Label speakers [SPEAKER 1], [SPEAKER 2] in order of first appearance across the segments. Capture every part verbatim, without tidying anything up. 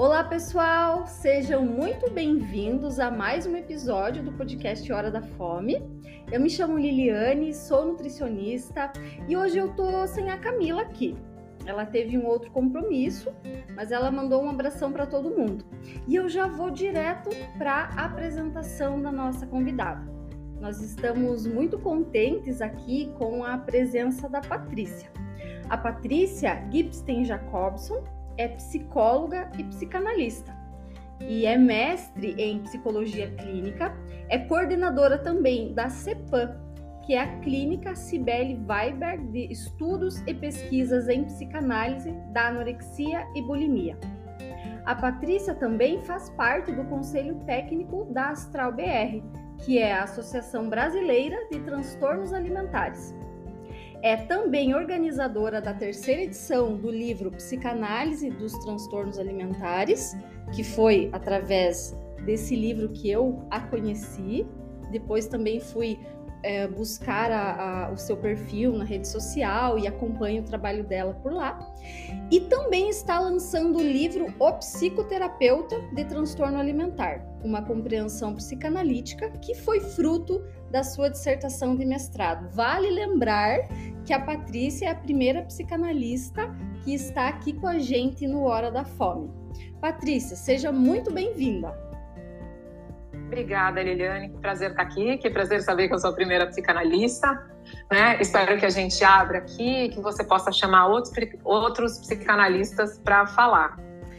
[SPEAKER 1] Olá pessoal, sejam muito bem-vindos a mais um episódio do podcast Hora da Fome. Eu me chamo Liliane, sou nutricionista e hoje eu tô sem a Camila aqui. Ela teve um outro compromisso, mas ela mandou um abração para todo mundo. E eu já vou direto para a apresentação da nossa convidada. Nós estamos muito contentes aqui com a presença da Patrícia. A Patrícia Gibsten Jacobson é psicóloga e psicanalista e é mestre em psicologia clínica, é coordenadora também da CEPAM, que é a Clínica Cibele Weiberg de Estudos e Pesquisas em Psicanálise da Anorexia e Bulimia. A Patrícia também faz parte do Conselho Técnico da Astral B R, que é a Associação Brasileira de Transtornos Alimentares. É também organizadora da terceira edição do livro Psicanálise dos Transtornos Alimentares, que foi através desse livro que eu a conheci. Depois também fui é, buscar a, a, o seu perfil na rede social e acompanho o trabalho dela por lá. E também está lançando o livro O Psicoterapeuta de Transtorno Alimentar, uma compreensão psicanalítica que foi fruto da sua dissertação de mestrado. Vale lembrar que a Patrícia é a primeira psicanalista que está aqui com a gente no Hora da Fome. Patrícia, seja muito bem-vinda.
[SPEAKER 2] Obrigada, Liliane. Que prazer estar aqui. Que prazer saber que eu sou a primeira psicanalista. Né? Espero que a gente abra aqui, que você possa chamar outros, outros psicanalistas para falar.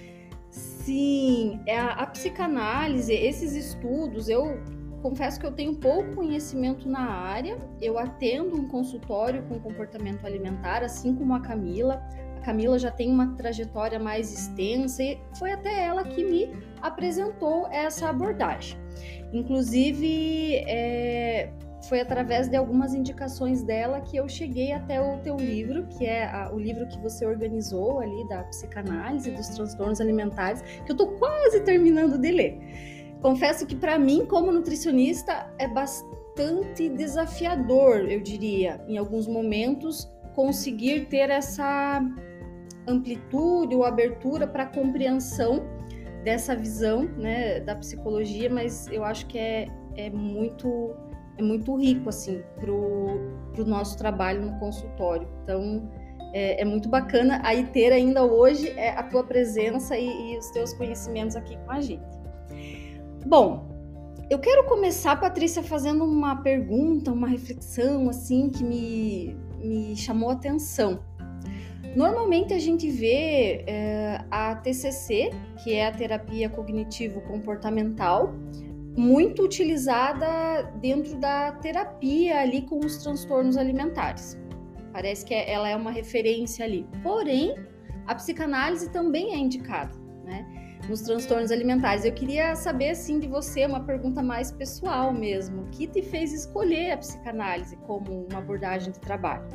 [SPEAKER 1] Sim, a, a psicanálise, esses estudos, eu confesso que eu tenho pouco conhecimento na área. Eu atendo um consultório com comportamento alimentar, assim como a Camila. A Camila já tem uma trajetória mais extensa e foi até ela que me apresentou essa abordagem. Inclusive, é, foi através de algumas indicações dela que eu cheguei até o teu livro, que é a, o livro que você organizou ali da psicanálise dos transtornos alimentares, que eu tô quase terminando de ler. Confesso que para mim, como nutricionista, é bastante desafiador, eu diria, em alguns momentos, conseguir ter essa amplitude ou abertura para a compreensão dessa visão, né, da psicologia, mas eu acho que é, é, muito, é muito rico assim, para o nosso trabalho no consultório. Então, é, é muito bacana aí ter ainda hoje é, a tua presença e, e os teus conhecimentos aqui com a gente. Bom, eu quero começar, Patrícia, fazendo uma pergunta, uma reflexão assim que me, me chamou a atenção. Normalmente a gente vê é, a T C C, que é a terapia cognitivo-comportamental, muito utilizada dentro da terapia ali com os transtornos alimentares. Parece que ela é uma referência ali. Porém, a psicanálise também é indicada, né, nos transtornos alimentares. Eu queria saber, assim, de você, uma pergunta mais pessoal mesmo. O que te fez escolher a psicanálise como uma abordagem de trabalho?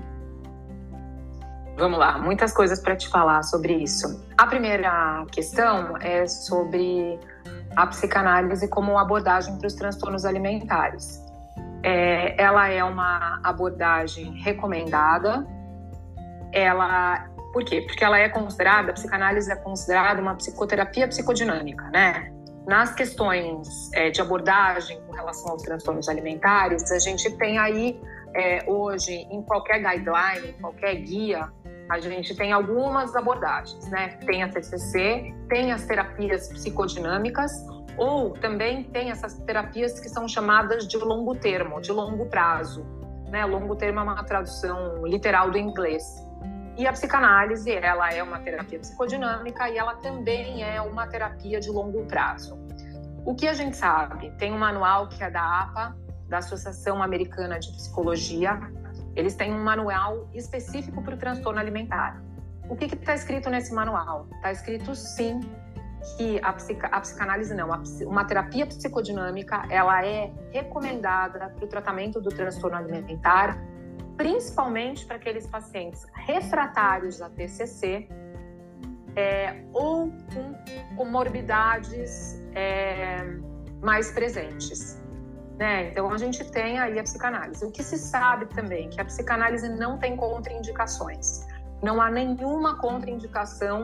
[SPEAKER 2] Vamos lá, muitas coisas para te falar sobre isso. A primeira questão é sobre a psicanálise como abordagem para os transtornos alimentares. É, ela é uma abordagem recomendada. Ela... Por quê? Porque ela é considerada, a psicanálise é considerada uma psicoterapia psicodinâmica, né? Nas questões é, de abordagem com relação aos transtornos alimentares, a gente tem aí, é, hoje, em qualquer guideline, em qualquer guia, a gente tem algumas abordagens, né? Tem a T C C, tem as terapias psicodinâmicas, ou também tem essas terapias que são chamadas de longo termo, de longo prazo, né? Longo termo é uma tradução literal do inglês. E a psicanálise, ela é uma terapia psicodinâmica e ela também é uma terapia de longo prazo. O que a gente sabe? Tem um manual que é da A P A, da Associação Americana de Psicologia. Eles têm um manual específico para o transtorno alimentar. O que está escrito nesse manual? Está escrito, sim, que a, psica, a psicanálise não, a, uma terapia psicodinâmica, ela é recomendada para o tratamento do transtorno alimentar, principalmente para aqueles pacientes refratários à T C C é, ou com comorbidades é, mais presentes, né? Então, a gente tem aí a psicanálise. O que se sabe também é que a psicanálise não tem contraindicações. Não há nenhuma contraindicação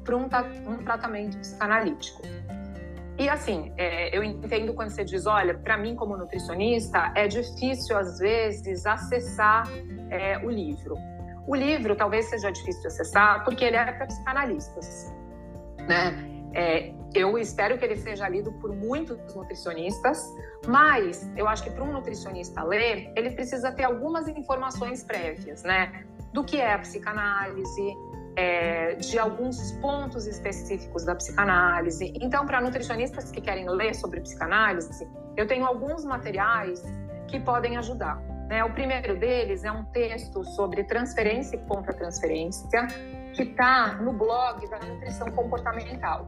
[SPEAKER 2] para um, um tratamento psicanalítico. E assim, é, eu entendo quando você diz, olha, para mim como nutricionista é difícil às vezes acessar é, o livro. O livro talvez seja difícil de acessar porque ele é para psicanalistas, né? É, eu espero que ele seja lido por muitos nutricionistas, mas eu acho que para um nutricionista ler, ele precisa ter algumas informações prévias, né? Do que é a psicanálise, é, de alguns pontos específicos da psicanálise. Então, para nutricionistas que querem ler sobre psicanálise, eu tenho alguns materiais que podem ajudar, né? O primeiro deles é um texto sobre transferência e contra-transferência, que está no blog da Nutrição Comportamental.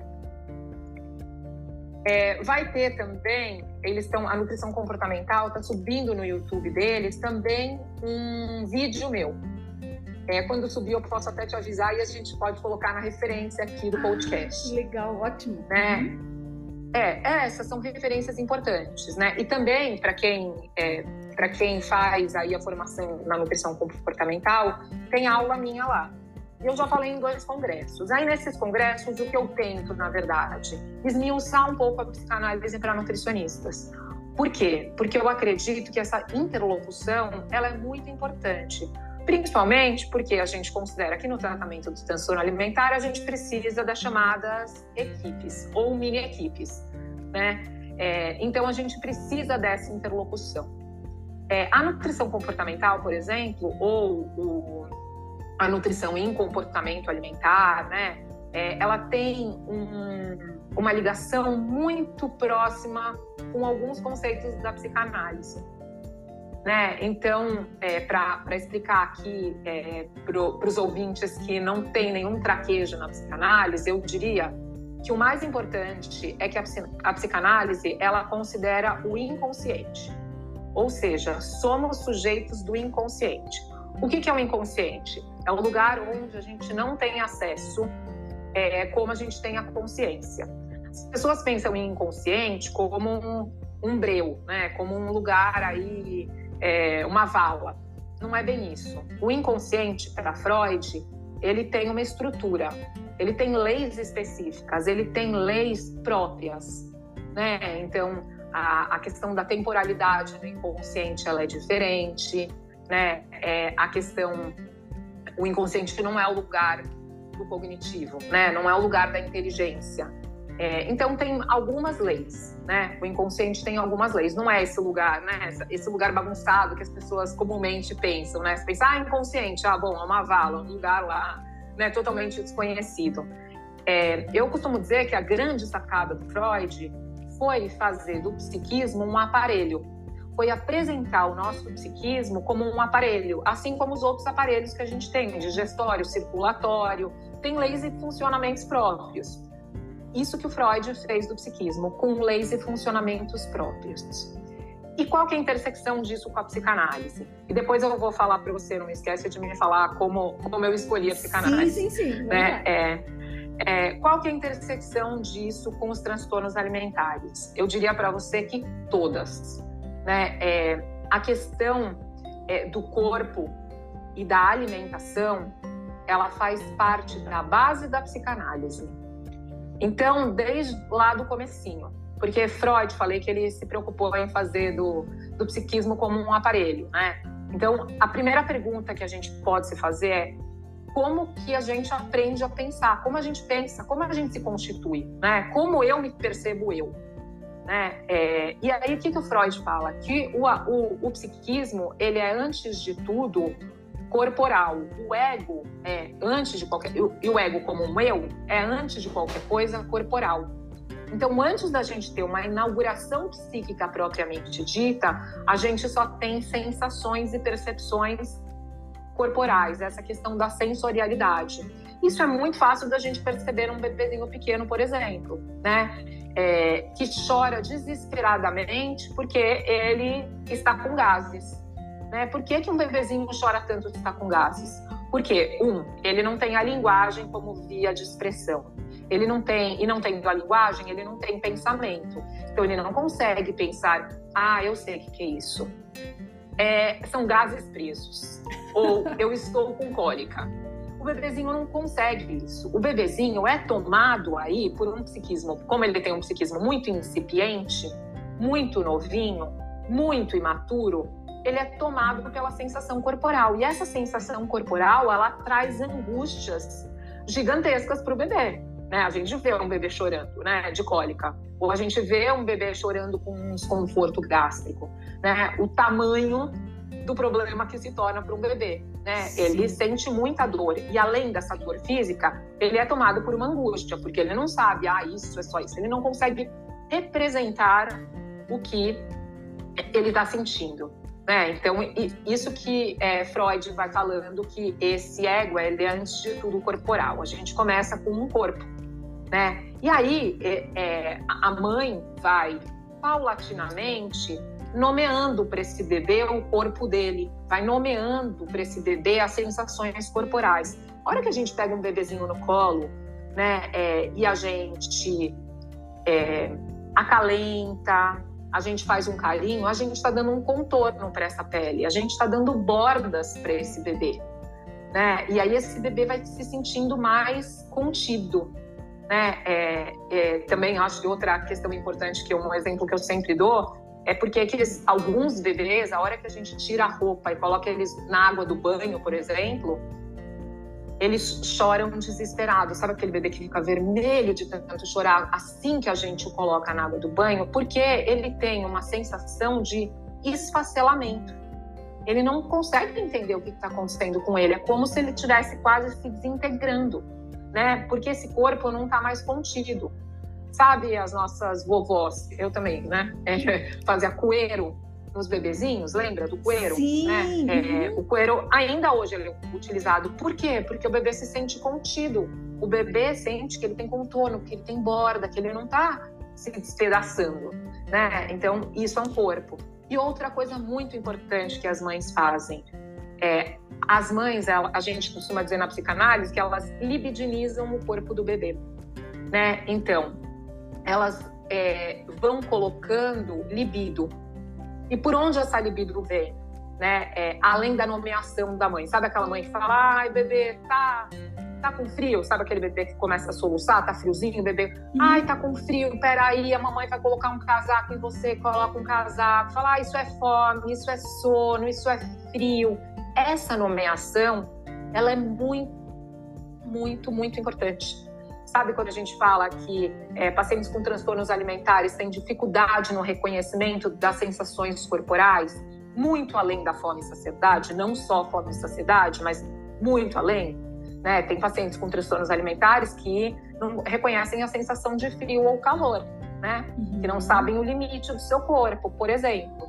[SPEAKER 2] É, vai ter também, eles estão, a Nutrição Comportamental está subindo no YouTube deles também um vídeo meu. É, quando subir eu posso até te avisar e a gente pode colocar na referência aqui do podcast.
[SPEAKER 1] Ah, legal, ótimo.
[SPEAKER 2] Né? Uhum. É, essas são referências importantes, né? E também para quem, é, para quem faz aí a formação na Nutrição Comportamental, tem aula minha lá. Eu já falei em dois congressos. Aí, nesses congressos, o que eu tento, na verdade, esmiuçar um pouco a psicanálise para nutricionistas. Por quê? Porque eu acredito que essa interlocução, ela é muito importante. Principalmente porque a gente considera que no tratamento do transtorno alimentar, a gente precisa das chamadas equipes, ou mini-equipes, né? É, então, a gente precisa dessa interlocução. É, a nutrição comportamental, por exemplo, ou o a nutrição em comportamento alimentar, né? É, ela tem um, uma ligação muito próxima com alguns conceitos da psicanálise, né? Então, é, para explicar aqui é, para os ouvintes que não tem nenhum traquejo na psicanálise, eu diria que o mais importante é que a, a psicanálise, ela considera o inconsciente, ou seja, somos sujeitos do inconsciente. O que, que é o inconsciente? É o lugar onde a gente não tem acesso, é, como a gente tem a consciência. As pessoas pensam em inconsciente como um, um breu, né? Como um lugar aí, é, uma vala. Não é bem isso. O inconsciente, para Freud, ele tem uma estrutura, ele tem leis específicas, ele tem leis próprias, né? Então, a, a questão da temporalidade do inconsciente, ela é diferente, né? É, a questão, o inconsciente não é o lugar do cognitivo, né? Não é o lugar da inteligência. É, então tem algumas leis, né? O inconsciente tem algumas leis. Não é esse lugar, né? Esse lugar bagunçado que as pessoas comumente pensam, né? Você pensa, ah, inconsciente, ah, bom, é uma vala, um lugar lá, né? Totalmente desconhecido. É, eu costumo dizer que a grande sacada do Freud foi fazer do psiquismo um aparelho. Foi apresentar o nosso psiquismo como um aparelho, assim como os outros aparelhos que a gente tem, digestório, circulatório, tem leis e funcionamentos próprios. Isso que o Freud fez do psiquismo, com leis e funcionamentos próprios. E qual que é a intersecção disso com a psicanálise? E depois eu vou falar para você, não esquece de me falar como, como eu escolhi a psicanálise.
[SPEAKER 1] Sim, sim, sim.
[SPEAKER 2] Né? É, é, qual que é a intersecção disso com os transtornos alimentares? Eu diria para você que todas. Né? É, a questão é, do corpo e da alimentação, ela faz parte da base da psicanálise. Então, desde lá do comecinho, porque Freud, falei que ele se preocupou em fazer do, do psiquismo como um aparelho, né? Então, a primeira pergunta que a gente pode se fazer é como que a gente aprende a pensar, como a gente pensa, como a gente se constitui, né? Como eu me percebo eu. Né? É, e aí o que, que o Freud fala? Que o, o, o psiquismo, ele é antes de tudo corporal. O ego é antes de qualquer... E o ego como um eu é antes de qualquer coisa corporal. Então, antes da gente ter uma inauguração psíquica propriamente dita, a gente só tem sensações e percepções corporais, essa questão da sensorialidade. Isso é muito fácil da gente perceber num bebezinho pequeno, por exemplo, né? É, que chora desesperadamente porque ele está com gases. Né? Por que, que um bebezinho chora tanto se está com gases? Porque, um, ele não tem a linguagem como via de expressão. Ele não tem, e não tendo a linguagem, ele não tem pensamento. Então, ele não consegue pensar, ah, eu sei o que, que é isso. É, são gases presos. Ou eu estou com cólica. O bebezinho não consegue isso. O bebezinho é tomado aí por um psiquismo, como ele tem um psiquismo muito incipiente, muito novinho, muito imaturo, ele é tomado pela sensação corporal. E essa sensação corporal, ela traz angústias gigantescas para o bebê. Né? A gente vê um bebê chorando, né, de cólica, ou a gente vê um bebê chorando com um desconforto gástrico, né? O tamanho do problema que se torna para um bebê, né? Ele sente muita dor e além dessa dor física, ele é tomado por uma angústia, porque ele não sabe, ah, isso é só isso. Ele não consegue representar o que ele está sentindo, né? Então, isso que é, Freud vai falando, que esse ego, ele é antes de tudo corporal. A gente começa com um corpo, né? E aí, é, é, a mãe vai paulatinamente nomeando para esse bebê o corpo dele, vai nomeando para esse bebê as sensações corporais. A hora que a gente pega um bebezinho no colo, né, é, e a gente é, acalenta, a gente faz um carinho, a gente está dando um contorno para essa pele, a gente está dando bordas para esse bebê, né? E aí esse bebê vai se sentindo mais contido, né? É, é, também acho que outra questão importante, que é um exemplo que eu sempre dou, é porque aqueles, alguns bebês, a hora que a gente tira a roupa e coloca eles na água do banho, por exemplo, eles choram desesperados. Sabe aquele bebê que fica vermelho de tanto chorar assim que a gente o coloca na água do banho? Porque ele tem uma sensação de esfacelamento. Ele não consegue entender o que está acontecendo com ele. É como se ele estivesse quase se desintegrando, né? Porque esse corpo não está mais contido. Sabe as nossas vovós? Eu também, né? É, fazia coeiro nos bebezinhos, lembra do coeiro?
[SPEAKER 1] Sim.
[SPEAKER 2] Né? É, o coeiro ainda hoje ele é utilizado. Por quê? Porque o bebê se sente contido. O bebê sente que ele tem contorno, que ele tem borda, que ele não está se despedaçando, né? Então, isso é um corpo. E outra coisa muito importante que as mães fazem é, as mães, a gente costuma dizer na psicanálise que elas libidinizam o corpo do bebê, né? Então, elas é, vão colocando libido. E por onde essa libido vem? Né? É, além da nomeação da mãe. Sabe aquela mãe que fala, ai, bebê, tá, tá com frio? Sabe aquele bebê que começa a soluçar, tá friozinho? O bebê, ai, tá com frio, peraí, a mamãe vai colocar um casaco em você, coloca um casaco. Fala, ah, isso é fome, isso é sono, isso é frio. Essa nomeação, ela é muito, muito, muito importante. Sabe quando a gente fala que é, pacientes com transtornos alimentares têm dificuldade no reconhecimento das sensações corporais, muito além da fome e saciedade, não só fome e saciedade, mas muito além, né? Tem pacientes com transtornos alimentares que não reconhecem a sensação de frio ou calor, né? Uhum. Que não sabem o limite do seu corpo, por exemplo.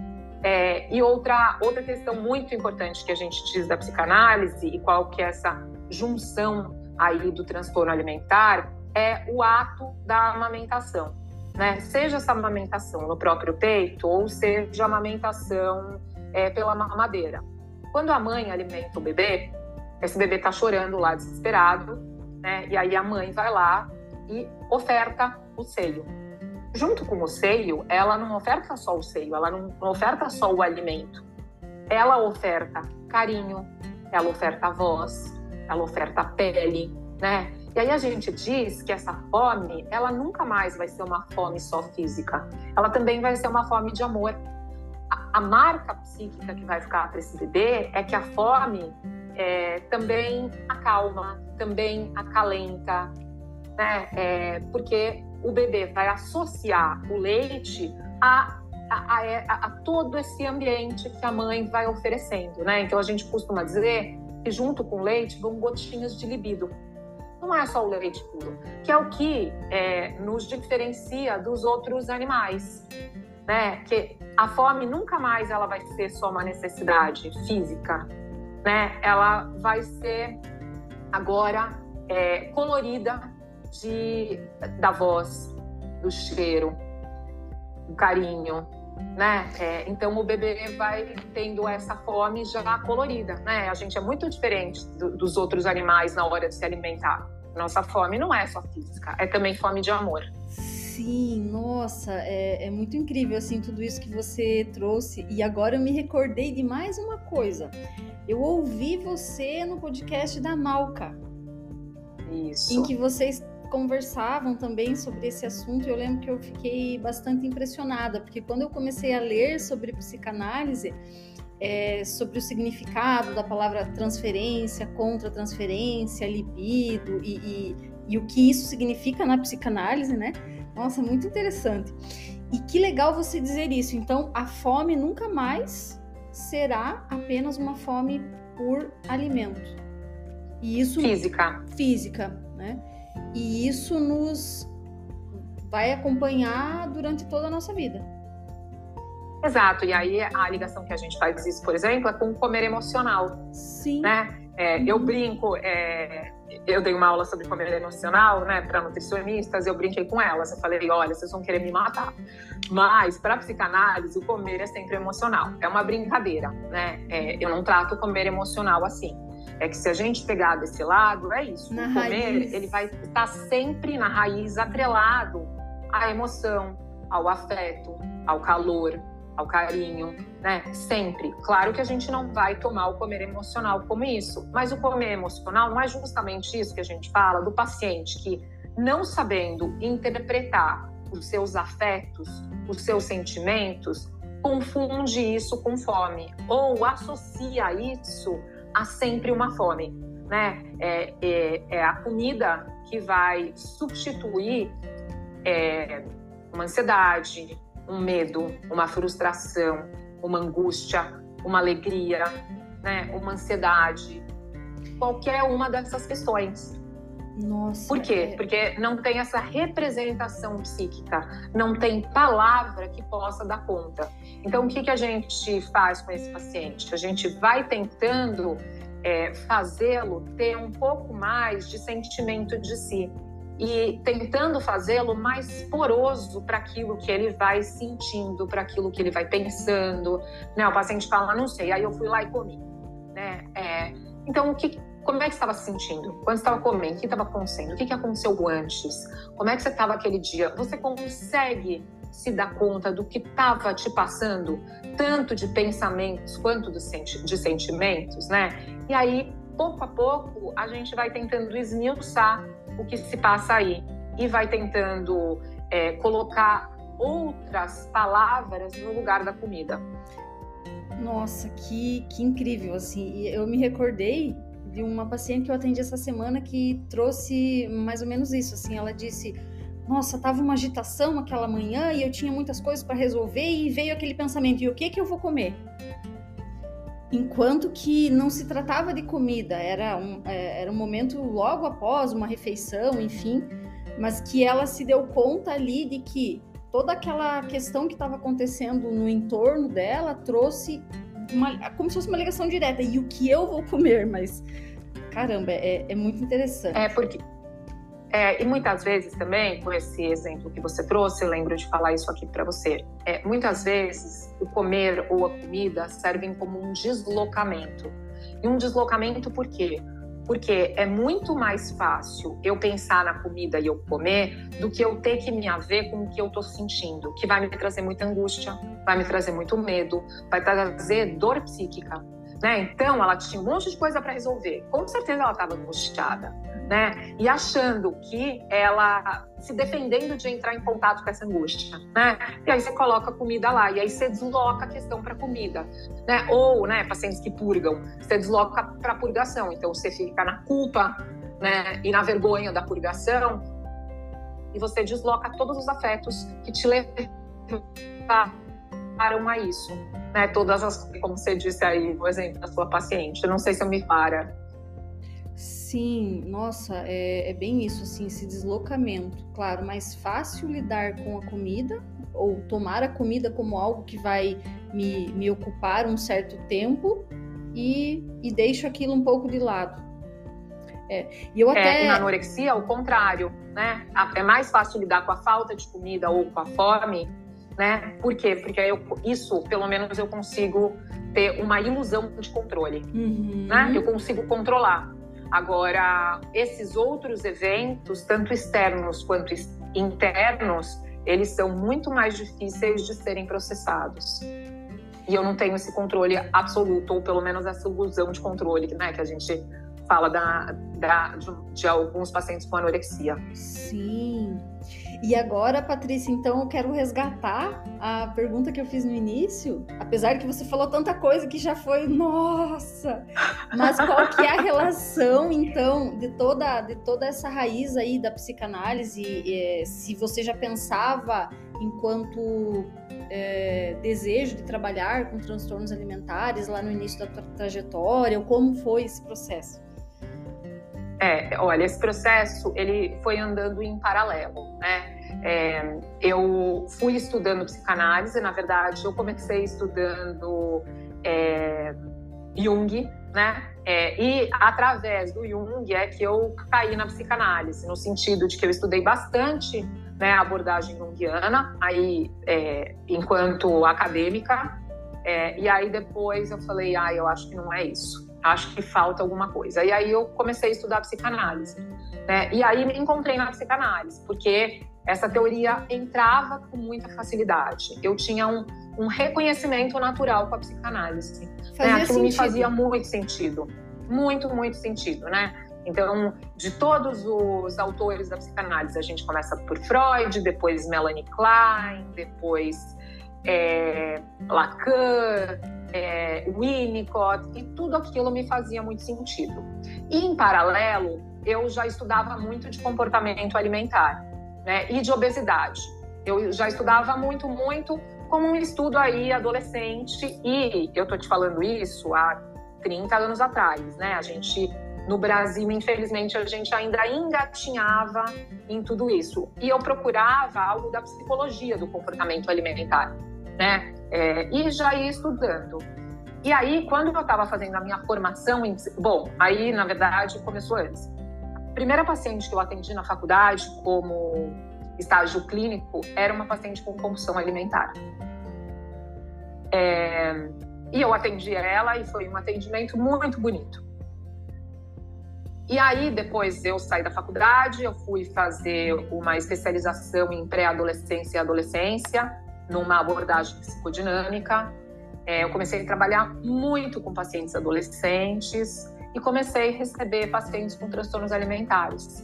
[SPEAKER 2] É, e outra, outra questão muito importante que a gente diz da psicanálise e qual que é essa junção aí do transtorno alimentar é o ato da amamentação, né? Seja essa amamentação no próprio peito ou seja a amamentação é, pela mamadeira. Quando a mãe alimenta o bebê, esse bebê tá chorando lá desesperado, né? E aí a mãe vai lá e oferta o seio. Junto com o seio, ela não oferta só o seio, ela não, não oferta só o alimento. Ela oferta carinho, ela oferta voz, ela oferta pele, né? E aí a gente diz que essa fome, ela nunca mais vai ser uma fome só física. Ela também vai ser uma fome de amor. A, a marca psíquica que vai ficar para esse bebê é que a fome é, também acalma, também acalenta, né? É, porque o bebê vai associar o leite a A, a, a todo esse ambiente que a mãe vai oferecendo, né? Então a gente costuma dizer que junto com o leite vão gotinhas de libido. Não é só o leite puro, que é o que é, nos diferencia dos outros animais, né? Que a fome nunca mais ela vai ser só uma necessidade física, né? Ela vai ser agora é, colorida de, da voz, do cheiro, do carinho, né? É, então o bebê vai tendo essa fome já colorida, né? A gente é muito diferente do, dos outros animais na hora de se alimentar. Nossa fome não é só física, é também fome de amor.
[SPEAKER 1] Sim. Sim, nossa, é, é muito incrível, assim, tudo isso que você trouxe. E agora eu me recordei de mais uma coisa. Eu ouvi você no podcast da Malca.
[SPEAKER 2] Isso.
[SPEAKER 1] Em que vocês conversavam também sobre esse assunto. Eu lembro que eu fiquei bastante impressionada, porque quando eu comecei a ler sobre psicanálise, é, sobre o significado da palavra transferência, contra-transferência, libido e, e, e o que isso significa na psicanálise, né? Nossa, muito interessante. E que legal você dizer isso. Então, a fome nunca mais será apenas uma fome por alimento. E isso,
[SPEAKER 2] física.
[SPEAKER 1] Física, né? E isso nos vai acompanhar durante toda a nossa vida.
[SPEAKER 2] Exato. E aí a ligação que a gente faz isso, por exemplo, é com o comer emocional.
[SPEAKER 1] Sim.
[SPEAKER 2] Né? É, eu brinco, é, eu dei uma aula sobre comer emocional, né, para nutricionistas, eu brinquei com elas, eu falei, olha, vocês vão querer me matar, mas para psicanálise o comer é sempre emocional, é uma brincadeira, né, é, eu não trato o comer emocional assim, é que se a gente pegar desse lado, é isso,
[SPEAKER 1] na
[SPEAKER 2] o comer,
[SPEAKER 1] raiz.
[SPEAKER 2] Ele vai estar sempre na raiz, atrelado à emoção, ao afeto, ao calor, ao carinho, né? Sempre. Claro que a gente não vai tomar o comer emocional como isso, mas o comer emocional não é justamente isso que a gente fala do paciente que, não sabendo interpretar os seus afetos, os seus sentimentos, confunde isso com fome ou associa isso a sempre uma fome, né? É, é, é a comida que vai substituir é, uma ansiedade, um medo, uma frustração, uma angústia, uma alegria, né? Uma ansiedade, qualquer uma dessas questões.
[SPEAKER 1] Nossa.
[SPEAKER 2] Por quê?
[SPEAKER 1] É...
[SPEAKER 2] Porque não tem essa representação psíquica, não tem palavra que possa dar conta. Então, o que, que a gente faz com esse paciente? A gente vai tentando é, fazê-lo ter um pouco mais de sentimento de si. E tentando fazê-lo mais poroso para aquilo que ele vai sentindo, para aquilo que ele vai pensando. Né? O paciente fala, não sei, aí eu fui lá e comi. Né? É, então, o que, como é que você estava se sentindo? Quando você estava comendo, o que estava acontecendo? O que, que aconteceu antes? Como é que você estava aquele dia? Você consegue se dar conta do que estava te passando, tanto de pensamentos quanto de sentimentos? Né? E aí, pouco a pouco, a gente vai tentando esmiuçar o que se passa aí e vai tentando é, colocar outras palavras no lugar da comida.
[SPEAKER 1] Nossa, que, que incrível, assim, e eu me recordei de uma paciente que eu atendi essa semana que trouxe mais ou menos isso, assim, ela disse, nossa, tava uma agitação aquela manhã e eu tinha muitas coisas para resolver e veio aquele pensamento, e o que que eu vou comer? Enquanto que não se tratava de comida, era um, era um momento logo após uma refeição, enfim, mas que ela se deu conta ali de que toda aquela questão que estava acontecendo no entorno dela trouxe uma, como se fosse uma ligação direta, e o que eu vou comer, mas caramba, é, é muito interessante.
[SPEAKER 2] É, porque... É, e muitas vezes também, com esse exemplo que você trouxe, eu lembro de falar isso aqui para você, é, muitas vezes o comer ou a comida servem como um deslocamento. E um deslocamento por quê? Porque é muito mais fácil eu pensar na comida e eu comer do que eu ter que me haver com o que eu estou sentindo, que vai me trazer muita angústia, vai me trazer muito medo, vai trazer dor psíquica. Né? Então, ela tinha um monte de coisa para resolver. Com certeza ela estava angustiada, né? E achando que ela, se defendendo de entrar em contato com essa angústia, né? E aí você coloca a comida lá, e aí você desloca a questão para a comida, né? Ou, né, pacientes que purgam, você desloca para a purgação. Então, você fica na culpa, né, e na vergonha da purgação, e você desloca todos os afetos que te levaram a isso. Né, todas as, como você disse aí, o exemplo da sua paciente, eu não sei se eu me para.
[SPEAKER 1] Sim, nossa, é, é bem isso, assim, esse deslocamento. Claro, mais fácil lidar com a comida, ou tomar a comida como algo que vai me, me ocupar um certo tempo, e, e deixo aquilo um pouco de lado. É, e eu até...
[SPEAKER 2] é, e na anorexia, ao contrário, né? É mais fácil lidar com a falta de comida ou com a fome, né? Por quê? Porque eu, isso, pelo menos, eu consigo ter uma ilusão de controle.
[SPEAKER 1] Uhum.
[SPEAKER 2] Né? Eu consigo controlar. Agora, esses outros eventos, tanto externos quanto internos, eles são muito mais difíceis de serem processados. E eu não tenho esse controle absoluto, ou pelo menos essa ilusão de controle, né, que a gente fala da, da, de, de alguns pacientes com anorexia.
[SPEAKER 1] Sim. E agora, Patrícia, então eu quero resgatar a pergunta que eu fiz no início, apesar que você falou tanta coisa que já foi, nossa! Mas qual que é a relação, então, de toda, de toda essa raiz aí da psicanálise? É, se você já pensava enquanto é, desejo de trabalhar com transtornos alimentares lá no início da tua trajetória, ou como foi esse processo?
[SPEAKER 2] É, olha, esse processo, ele foi andando em paralelo, né? É, eu fui estudando psicanálise, na verdade, eu comecei estudando é, Jung, né? É, e através do Jung é que eu caí na psicanálise, no sentido de que eu estudei bastante, né, a abordagem junguiana, aí, é, enquanto acadêmica, é, e aí depois eu falei, ah, eu acho que não é isso. Acho que falta alguma coisa. E aí eu comecei a estudar psicanálise, né? E aí me encontrei na psicanálise, porque essa teoria entrava com muita facilidade. Eu tinha um, um reconhecimento natural com a psicanálise. Né? Aquilo me fazia muito sentido. Muito, muito sentido, né? Então, de todos os autores da psicanálise, a gente começa por Freud, depois Melanie Klein, depois é, Lacan, É, Winnicott, e tudo aquilo me fazia muito sentido. E, em paralelo, eu já estudava muito de comportamento alimentar, né, e de obesidade. Eu já estudava muito, muito como um estudo aí adolescente, e eu tô te falando isso há trinta anos atrás, né? A gente, no Brasil, infelizmente, a gente ainda engatinhava em tudo isso. E eu procurava algo da psicologia do comportamento alimentar, né? É, e já ia estudando. E aí, quando eu estava fazendo a minha formação em... Bom, aí, na verdade, começou antes. A primeira paciente que eu atendi na faculdade como estágio clínico era uma paciente com compulsão alimentar. É, e eu atendi ela e foi um atendimento muito bonito. E aí, depois eu saí da faculdade, eu fui fazer uma especialização em pré-adolescência e adolescência, numa abordagem psicodinâmica. É, eu comecei a trabalhar muito com pacientes adolescentes e comecei a receber pacientes com transtornos alimentares.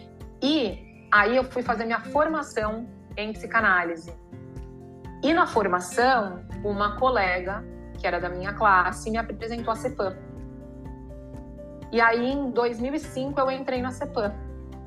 [SPEAKER 2] E aí eu fui fazer minha formação em psicanálise. E na formação, uma colega, que era da minha classe, me apresentou a CEPAM. E aí, em dois mil e cinco, eu entrei na CEPAM.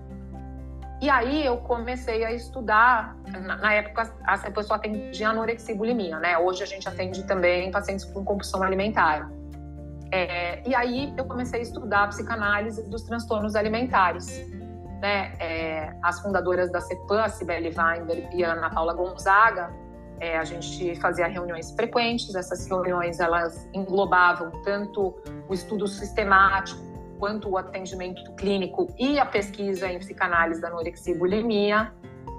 [SPEAKER 2] E aí eu comecei a estudar, na época a CEPAM só atendia anorexia e bulimia, né? Hoje a gente atende também pacientes com compulsão alimentar. É, e aí eu comecei a estudar a psicanálise dos transtornos alimentares, né? É, as fundadoras da CEPAM, a Cibele Weinberg e a Ana Paula Gonzaga, é, a gente fazia reuniões frequentes. Essas reuniões, elas englobavam tanto o estudo sistemático quanto o atendimento clínico e a pesquisa em psicanálise da anorexia e bulimia.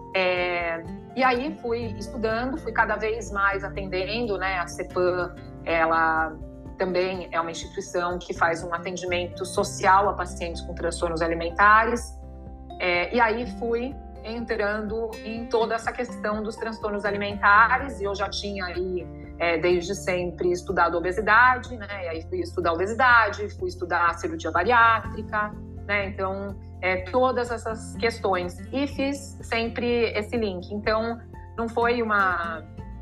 [SPEAKER 2] É, e aí fui estudando, fui cada vez mais atendendo, né? A CEPAM, ela também é uma instituição que faz um atendimento social a pacientes com transtornos alimentares. É, e aí fui entrando em toda essa questão dos transtornos alimentares, e eu já tinha aí, é, desde sempre, estudado obesidade, né? E aí fui estudar obesidade, fui estudar cirurgia bariátrica, né? Então, é, todas essas questões. E fiz sempre esse link. Então, não foi uma...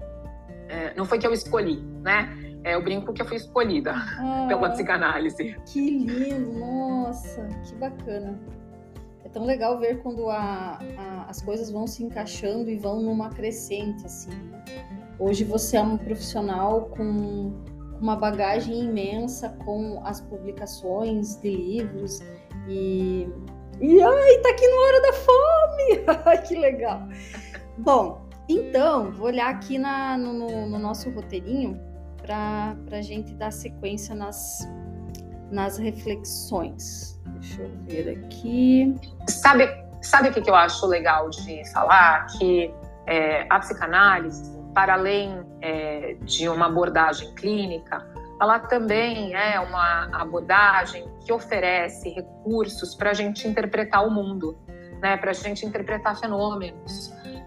[SPEAKER 2] É, não foi que eu escolhi, né? É, eu brinco que eu fui escolhida ah, pela psicanálise.
[SPEAKER 1] Que lindo! Nossa, que bacana. É tão legal ver quando a, a, as coisas vão se encaixando e vão numa crescente, assim. Hoje você é um profissional com uma bagagem imensa, com as publicações de livros e... E, ai, tá aqui no Hora da Fome! Ai, que legal! Bom, então, vou olhar aqui na, no, no nosso roteirinho para a gente dar sequência nas, nas reflexões. Deixa eu ver aqui.
[SPEAKER 2] Sabe, sabe o que eu acho legal de falar? Que é, a psicanálise, para além é, de uma abordagem clínica, ela também é uma abordagem que oferece recursos para a gente interpretar o mundo, né? Para a gente interpretar fenômenos.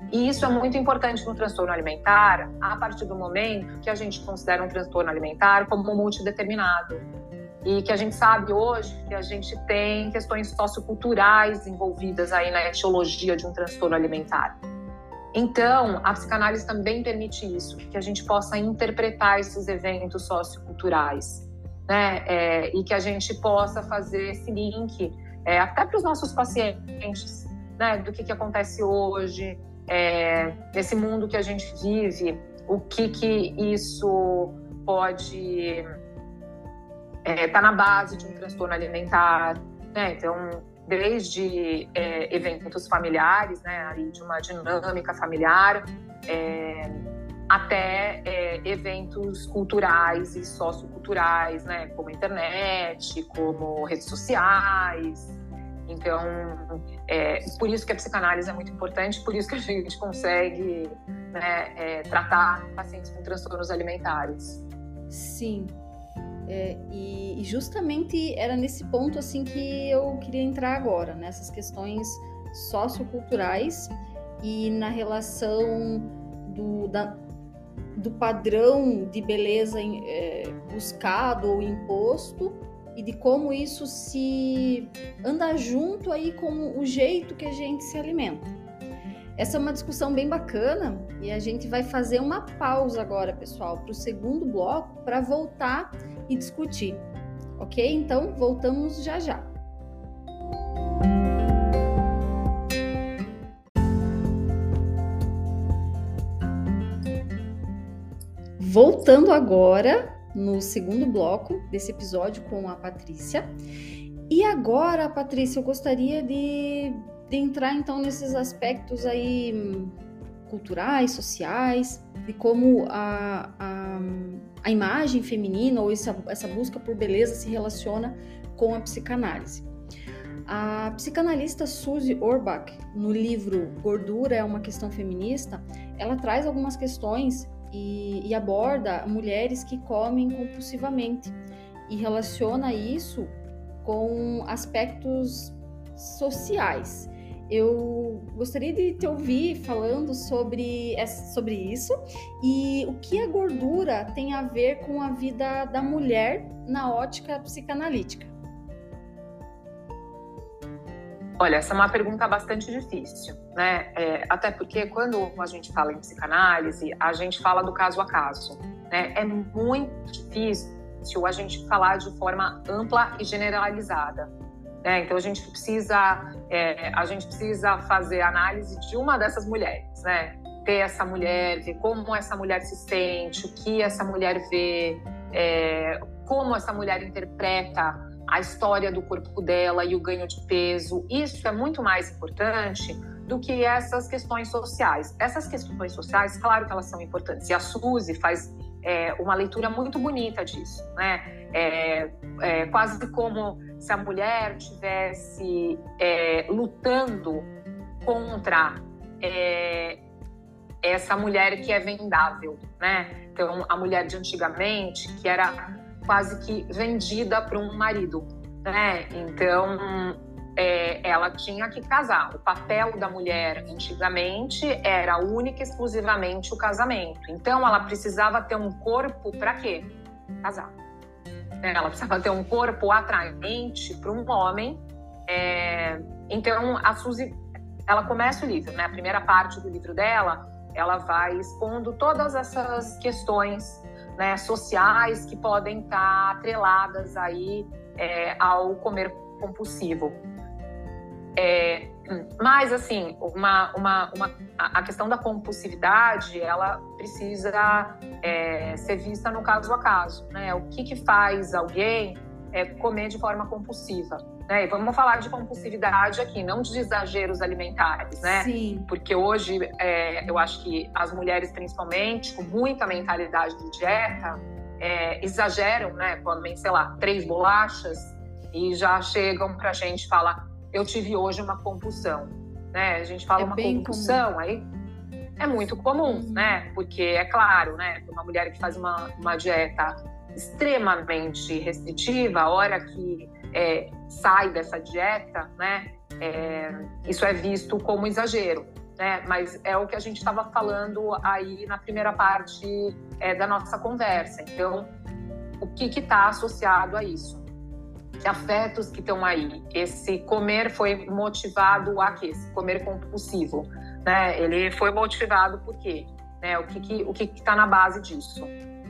[SPEAKER 2] E isso é muito importante no transtorno alimentar, a partir do momento que a gente considera um transtorno alimentar como multideterminado. E que a gente sabe hoje que a gente tem questões socioculturais envolvidas aí na etiologia de um transtorno alimentar. Então, a psicanálise também permite isso, que a gente possa interpretar esses eventos socioculturais, né? É, e que a gente possa fazer esse link é, até para os nossos pacientes, né? Do que, que acontece hoje, é, nesse mundo que a gente vive, o que, que isso pode estar é, tá na base de um transtorno alimentar, né? Então, desde é, eventos familiares, né, ali de uma dinâmica familiar, é, até é, eventos culturais e socioculturais, né, como internet, como redes sociais. Então, é, por isso que a psicanálise é muito importante, por isso que a gente consegue, né, é, tratar pacientes com transtornos alimentares.
[SPEAKER 1] Sim. É, e, e justamente era nesse ponto assim que eu queria entrar agora, nessas questões socioculturais e na relação do, da, do padrão de beleza é, buscado ou imposto e de como isso se anda junto aí com o jeito que a gente se alimenta. Essa é uma discussão bem bacana e a gente vai fazer uma pausa agora, pessoal, para o segundo bloco, para voltar e discutir, ok? Então, voltamos já já. Voltando agora no segundo bloco desse episódio com a Patrícia. E agora, Patrícia, eu gostaria de... de entrar então nesses aspectos aí culturais, sociais, de como a, a, a imagem feminina ou essa, essa busca por beleza se relaciona com a psicanálise. A psicanalista Suzy Orbach, no livro Gordura é uma Questão Feminista, ela traz algumas questões e, e aborda mulheres que comem compulsivamente e relaciona isso com aspectos sociais. Eu gostaria de te ouvir falando sobre, sobre isso e o que a gordura tem a ver com a vida da mulher na ótica psicanalítica.
[SPEAKER 2] Olha, essa é uma pergunta bastante difícil, né? É, até porque quando a gente fala em psicanálise, a gente fala do caso a caso, né? É muito difícil a gente falar de forma ampla e generalizada. É, então a gente precisa é, a gente precisa fazer análise de uma dessas mulheres, né? Ter essa mulher, ver como essa mulher se sente, o que essa mulher vê, é, como essa mulher interpreta a história do corpo dela e o ganho de peso. Isso é muito mais importante do que essas questões sociais. Essas questões sociais, claro que elas são importantes. E a Suzy faz é, uma leitura muito bonita disso, né? É, é, quase como se a mulher estivesse é, lutando contra é, essa mulher que é vendável, né? Então, a mulher de antigamente, que era quase que vendida para um marido, né? Então, é, ela tinha que casar. O papel da mulher antigamente era única e exclusivamente o casamento. Então, ela precisava ter um corpo para quê? Casar. Ela precisava ter um corpo atraente para um homem. É... Então, a Suzy, ela começa o livro, né? A primeira parte do livro dela, ela vai expondo todas essas questões, né, sociais que podem estar atreladas aí é, ao comer compulsivo. É, mas, assim, uma, uma, uma, a questão da compulsividade, ela precisa é, ser vista no caso a caso, né? O que, que faz alguém é, comer de forma compulsiva, né? E vamos falar de compulsividade aqui, não de exageros alimentares, né?
[SPEAKER 1] Sim.
[SPEAKER 2] Porque hoje, é, eu acho que as mulheres, principalmente, com muita mentalidade de dieta, é, exageram, né? Comem, sei lá, três bolachas e já chegam pra gente falar: eu tive hoje uma compulsão, né? A gente fala
[SPEAKER 1] é
[SPEAKER 2] uma compulsão, comum. Aí é muito comum, uhum. né? Porque é claro, né? Uma mulher que faz uma, uma dieta extremamente restritiva, a hora que é, sai dessa dieta, né? É, isso é visto como exagero. né? Mas é o que a gente estava falando aí na primeira parte é, da nossa conversa. Então, o que está associado a isso? Que afetos que estão aí? Esse comer foi motivado a quê? Esse comer compulsivo, né? Ele foi motivado por quê? Né? O que que, o que está na base disso?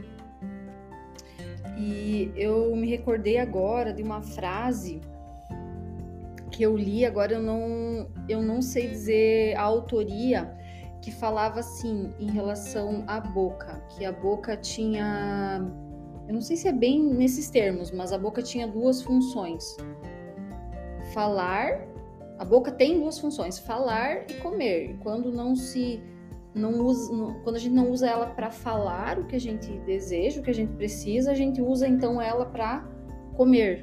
[SPEAKER 1] E eu me recordei agora de uma frase que eu li, agora eu não, eu não sei dizer a autoria, que falava assim, em relação à boca, que a boca tinha, eu não sei se é bem nesses termos, mas a boca tinha duas funções. Falar, a boca tem duas funções, falar e comer. E quando não se, não usa, quando a gente não usa ela para falar o que a gente deseja, o que a gente precisa, a gente usa então ela para comer.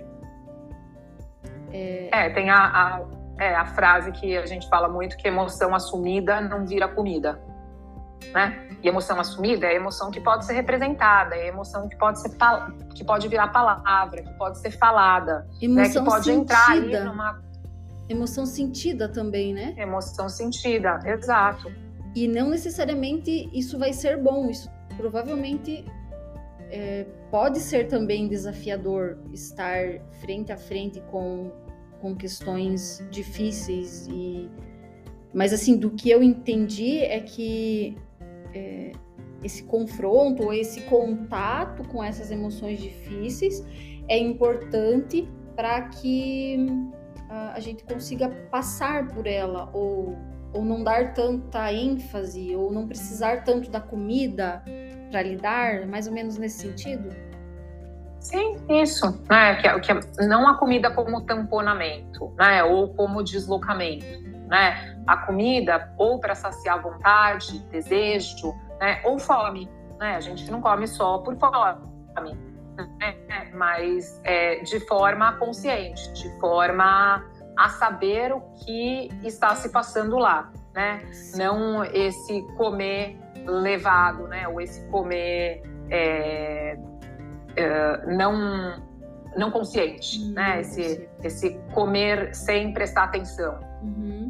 [SPEAKER 2] É, é tem a, a, é, a frase que a gente fala muito, que emoção assumida não vira comida, né? E emoção assumida é emoção que pode ser representada, é emoção que pode ser que pode virar palavra, que pode ser falada,
[SPEAKER 1] emoção
[SPEAKER 2] né? Que pode
[SPEAKER 1] sentida.
[SPEAKER 2] entrar ali numa
[SPEAKER 1] emoção sentida também, né?
[SPEAKER 2] Emoção sentida, exato.
[SPEAKER 1] E não necessariamente isso vai ser bom, isso provavelmente é, pode ser também desafiador estar frente a frente com, com questões difíceis. E... Mas assim, do que eu entendi é que é, esse confronto ou esse contato com essas emoções difíceis é importante para que a, a gente consiga passar por ela ou, ou não dar tanta ênfase ou não precisar tanto da comida para lidar, mais ou menos nesse sentido?
[SPEAKER 2] Sim, isso, né? Que, que não a comida como tamponamento, né? Ou como deslocamento, né? A comida ou para saciar vontade, desejo, né? Ou fome, né? A gente não come só por fome, né? Mas é, de forma consciente, de forma a saber o que está se passando lá, né? Não esse comer levado, né? Ou esse comer é, é, não, não consciente, hum, né? Esse, esse comer sem prestar atenção.
[SPEAKER 1] Uhum.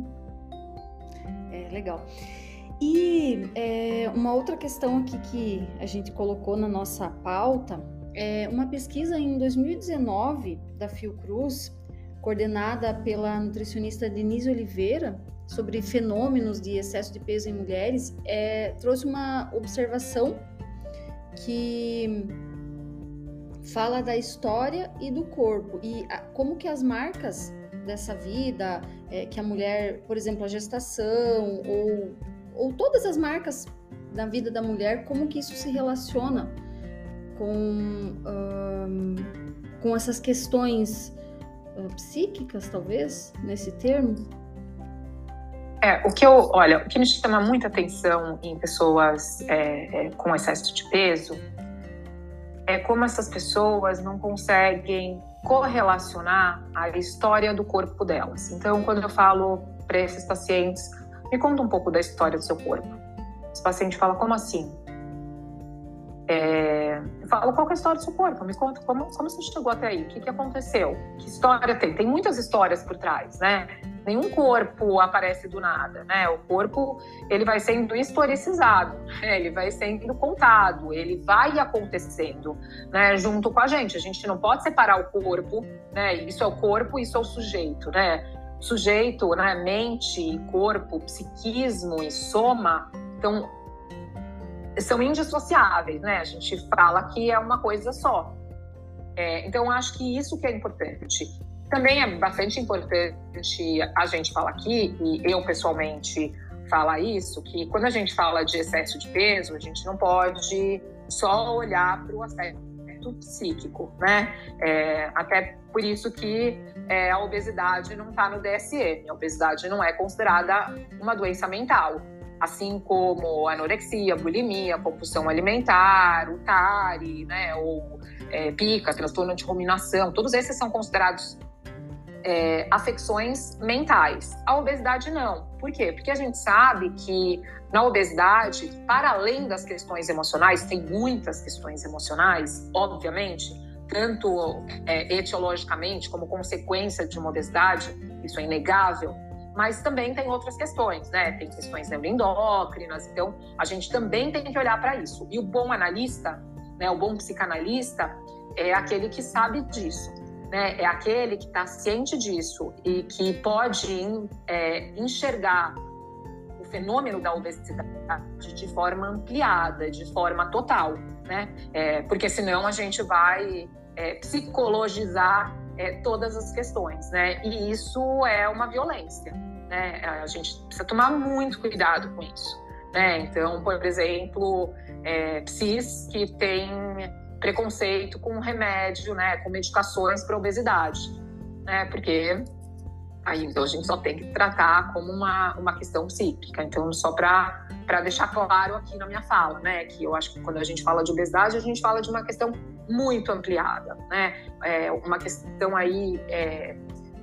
[SPEAKER 1] É, legal. E é, uma outra questão aqui que a gente colocou na nossa pauta é uma pesquisa em dois mil e dezenove da Fiocruz, coordenada pela nutricionista Denise Oliveira, sobre fenômenos de excesso de peso em mulheres, é, trouxe uma observação que fala da história e do corpo e a, como que as marcas dessa vida, é, que a mulher, por exemplo, a gestação ou, ou todas as marcas da vida da mulher, como que isso se relaciona com, um, com essas questões uh, psíquicas, talvez, nesse termo?
[SPEAKER 2] É, o que eu, olha, o que me chama muita atenção em pessoas é, é, com excesso de peso é como essas pessoas não conseguem correlacionar a história do corpo delas. Então, quando eu falo para esses pacientes, me conta um pouco da história do seu corpo. Esse paciente fala, como assim? É, eu falo, qual que é a história do seu corpo? Me conta como, como você chegou até aí, o que, que aconteceu? Que história tem? Tem muitas histórias por trás, né? Nenhum corpo aparece do nada, né? O corpo, ele vai sendo historicizado, né? Ele vai sendo contado, ele vai acontecendo, né? Junto com a gente. A gente não pode separar o corpo, né? Isso é o corpo, isso é o sujeito, né? Sujeito, né? Mente, corpo, psiquismo e soma, então, são indissociáveis, né? A gente fala que é uma coisa só. É, então, acho que isso que é importante. Também é bastante importante a gente falar aqui, e eu pessoalmente falar isso, que quando a gente fala de excesso de peso, a gente não pode só olhar para o aspecto psíquico, né? É, até por isso que é, a obesidade não está no D S M. A obesidade não é considerada uma doença mental. Assim como anorexia, bulimia, compulsão alimentar, o T A R I, né, ou é, pica, transtorno de ruminação, todos esses são considerados é, afecções mentais. A obesidade não. Por quê? Porque a gente sabe que na obesidade, para além das questões emocionais, tem muitas questões emocionais, obviamente, tanto é, etiologicamente como consequência de uma obesidade, isso é inegável. mas também tem outras questões, né? Tem questões neuroendócrinas, então a gente também tem que olhar para isso. E o bom analista, né, o bom psicanalista é aquele que sabe disso, né? É aquele que está ciente disso e que pode é, enxergar o fenômeno da obesidade de forma ampliada, de forma total, né? É, porque senão a gente vai é, psicologizar é, todas as questões, né? E isso é uma violência, né? A gente precisa tomar muito cuidado com isso, né? Então, por exemplo, é, psis que tem preconceito com remédio, né? Com medicações para obesidade, né? Porque aí então a gente só tem que tratar como uma, uma questão psíquica. Então, só para para deixar claro aqui na minha fala, né? Que eu acho que quando a gente fala de obesidade, a gente fala de uma questão muito ampliada, né? É uma questão aí é,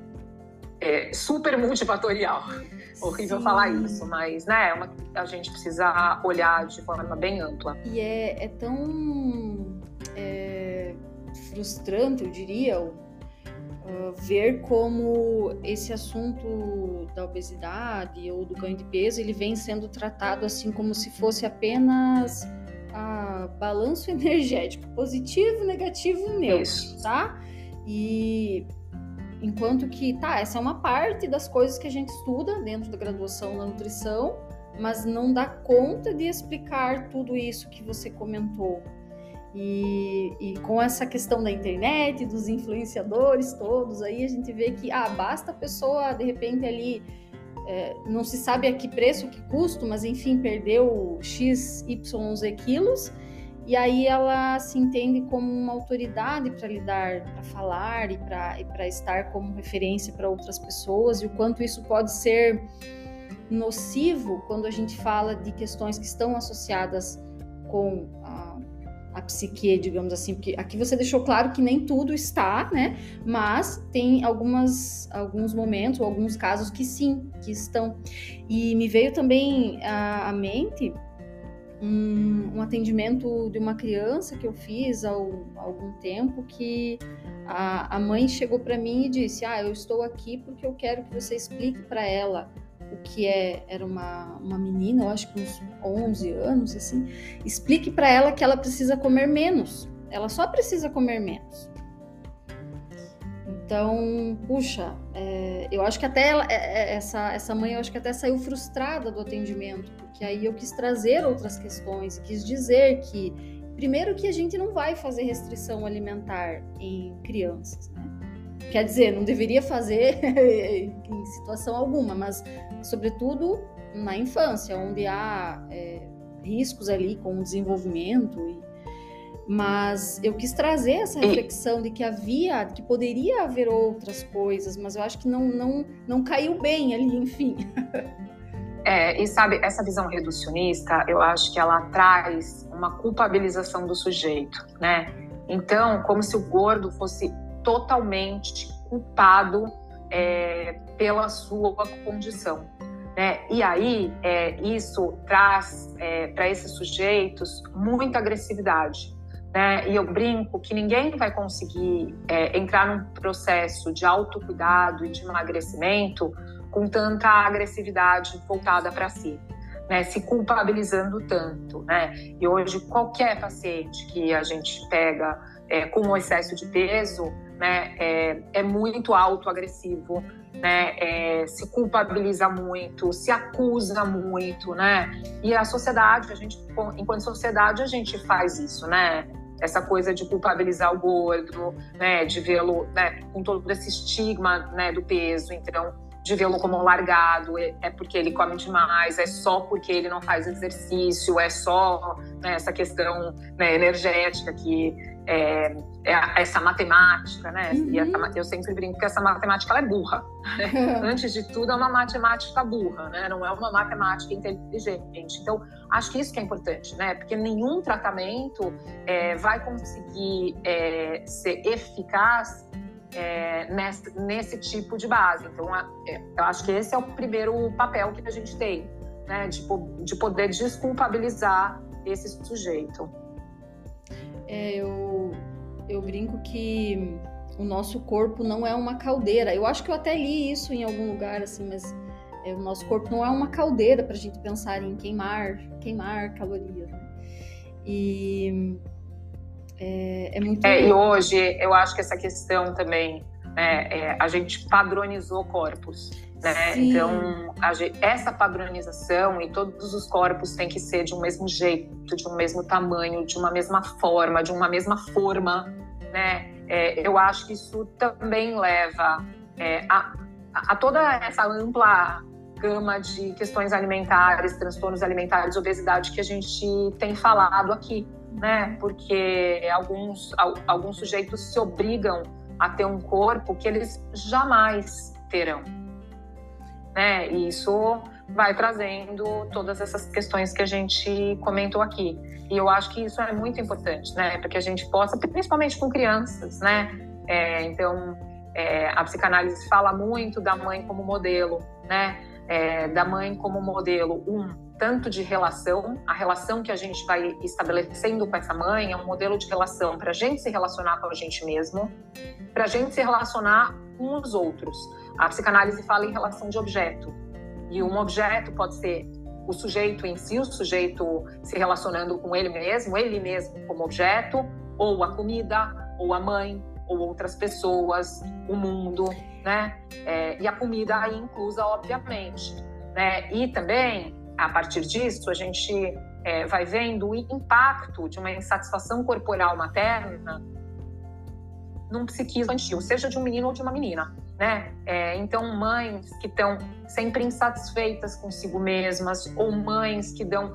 [SPEAKER 2] é super multifatorial. Horrível Sim. falar isso, mas né, é uma, a gente precisa olhar de forma bem ampla.
[SPEAKER 1] E é, é tão é, frustrante, eu diria, uh, ver como esse assunto da obesidade ou do ganho de peso, ele vem sendo tratado assim como se fosse apenas a balanço energético, positivo, negativo, neutro, Isso. tá? E enquanto que, tá, essa é uma parte das coisas que a gente estuda dentro da graduação da nutrição, mas não dá conta de explicar tudo isso que você comentou. E, e com essa questão da internet, dos influenciadores todos, aí a gente vê que, ah, basta a pessoa, de repente, ali, é, não se sabe a que preço, que custo, mas enfim, perdeu X, Y, Z quilos, e aí ela se entende como uma autoridade para lidar, para falar e para e para estar como referência para outras pessoas, e o quanto isso pode ser nocivo quando a gente fala de questões que estão associadas com a, a psique, digamos assim, porque aqui você deixou claro que nem tudo está, né? Mas tem algumas, alguns momentos, ou alguns casos que sim, que estão. E me veio também à, à mente um, um atendimento de uma criança que eu fiz há, há algum tempo, que a, a mãe chegou para mim e disse: ah, eu estou aqui porque eu quero que você explique para ela o que é, era uma, uma menina, eu acho que uns onze anos, assim, explique para ela que ela precisa comer menos, ela só precisa comer menos. Então, puxa, é, eu acho que até ela, é, essa, essa mãe, eu acho que até saiu frustrada do atendimento, porque aí eu quis trazer outras questões, quis dizer que, primeiro, que a gente não vai fazer restrição alimentar em crianças, né? Quer dizer, não deveria fazer em situação alguma, mas, sobretudo, na infância, onde há é, riscos ali com o desenvolvimento. E... Mas eu quis trazer essa reflexão de que havia, que poderia haver outras coisas, mas eu acho que não, não, não caiu bem ali, enfim.
[SPEAKER 2] É, e sabe, essa visão reducionista, eu acho que ela traz uma culpabilização do sujeito, né? Então, como se o gordo fosse totalmente culpado é, pela sua condição, né? E aí é, isso traz é, para esses sujeitos muita agressividade, né? E eu brinco que ninguém vai conseguir é, entrar num processo de autocuidado e de emagrecimento com tanta agressividade voltada para si, né? Se culpabilizando tanto, né? E hoje qualquer paciente que a gente pega é, com excesso de peso, né, é, é muito autoagressivo, né, é, se culpabiliza muito, se acusa muito, né, e a sociedade, a gente, enquanto sociedade, a gente faz isso, né, essa coisa de culpabilizar o gordo, né, de vê-lo, né, com todo esse estigma, né, do peso, então, de vê-lo como largado, é, é porque ele come demais, é só porque ele não faz exercício, é só, né, essa questão, né, energética que É, é essa matemática, né? Uhum. E essa, eu sempre brinco que essa matemática ela é burra. Né? Antes de tudo, é uma matemática burra, né? Não é uma matemática inteligente. Então, acho que isso que é importante, né? Porque nenhum tratamento é, vai conseguir é, ser eficaz é, nesse, nesse tipo de base. Então, é, eu acho que esse é o primeiro papel que a gente tem, né? De, de poder desculpabilizar esse sujeito.
[SPEAKER 1] É, eu, eu brinco que o nosso corpo não é uma caldeira. Eu acho que eu até li isso em algum lugar, assim, mas É, o nosso corpo não é uma caldeira para a gente pensar em queimar, queimar calorias, né? E é, é muito...
[SPEAKER 2] É, e hoje, eu acho que essa questão também, né, é, a gente padronizou corpos, né?
[SPEAKER 1] Sim.
[SPEAKER 2] Então, a gente, essa padronização e todos os corpos têm que ser de um mesmo jeito, de um mesmo tamanho, de uma mesma forma, de uma mesma forma, né? É, eu acho que isso também leva é, a, a toda essa ampla gama de questões alimentares, transtornos alimentares, obesidade que a gente tem falado aqui, né? Porque alguns, alguns sujeitos se obrigam a ter um corpo que eles jamais terão, né? E isso vai trazendo todas essas questões que a gente comentou aqui. E eu acho que isso é muito importante, né? Para que a gente possa, principalmente com crianças, né? É, então, é, a psicanálise fala muito da mãe como modelo, né? É, da mãe como modelo, um, tanto de relação, a relação que a gente vai estabelecendo com essa mãe é um modelo de relação para a gente se relacionar com a gente mesmo, para a gente se relacionar com os outros. A psicanálise fala em relação de objeto, e um objeto pode ser o sujeito em si, o sujeito se relacionando com ele mesmo, ele mesmo como objeto, ou a comida, ou a mãe, ou outras pessoas, o mundo, né? É, e a comida aí inclusa, obviamente, né? E também, a partir disso, a gente é, vai vendo o impacto de uma insatisfação corporal materna num psiquismo infantil, seja de um menino ou de uma menina, né? É, então, mães que estão sempre insatisfeitas consigo mesmas, ou mães que dão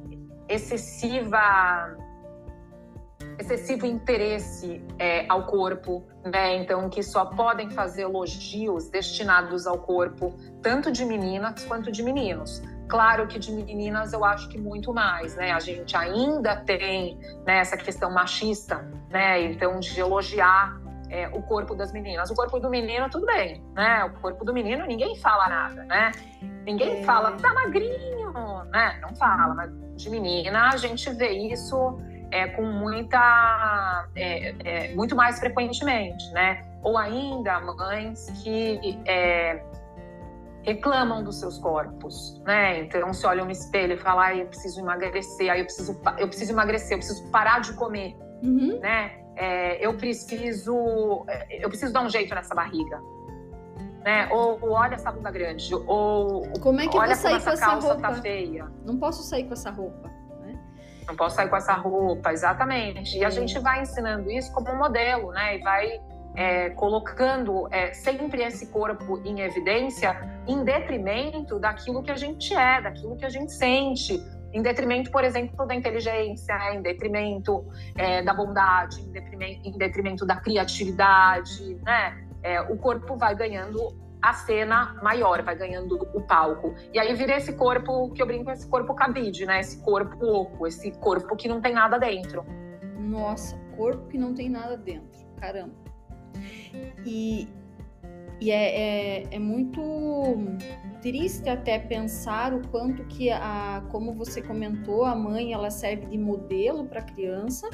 [SPEAKER 2] excessiva... excessivo interesse é, ao corpo, né? Então, que só podem fazer elogios destinados ao corpo, tanto de meninas quanto de meninos. Claro que de meninas eu acho que muito mais, né? A gente ainda tem, né, essa questão machista, né? Então, de elogiar é, o corpo das meninas. O corpo do menino, tudo bem, né? O corpo do menino, ninguém fala nada, né? Ninguém é... fala, tá magrinho, né? Não fala, mas de menina a gente vê isso... É, com muita, é, é, muito mais frequentemente, né? Ou ainda mães que é, reclamam dos seus corpos, né? Então se olham no espelho e falam, ah, eu preciso emagrecer, aí eu preciso, eu preciso emagrecer, eu preciso parar de comer, uhum. né? É, eu preciso, eu preciso dar um jeito nessa barriga, né? Ou, ou olha essa bunda grande, ou
[SPEAKER 1] como é que
[SPEAKER 2] olha
[SPEAKER 1] eu vou sair
[SPEAKER 2] como essa
[SPEAKER 1] com essa
[SPEAKER 2] calça
[SPEAKER 1] roupa?
[SPEAKER 2] Tá feia.
[SPEAKER 1] Não posso sair com essa roupa.
[SPEAKER 2] Não posso sair com essa roupa, exatamente. E a gente vai ensinando isso como um modelo, né? E vai é, colocando é, sempre esse corpo em evidência em detrimento daquilo que a gente é, daquilo que a gente sente. Em detrimento, por exemplo, da inteligência, em detrimento é, da bondade, em detrimento, em detrimento da criatividade, né? É, o corpo vai ganhando a cena maior, vai ganhando o palco. E aí vira esse corpo, que eu brinco, esse corpo cabide, né? Esse corpo oco, esse corpo que não tem nada dentro.
[SPEAKER 1] Nossa, corpo que não tem nada dentro. Caramba. E, e é, é, é muito triste até pensar o quanto que, a, como você comentou, a mãe ela serve de modelo para a criança.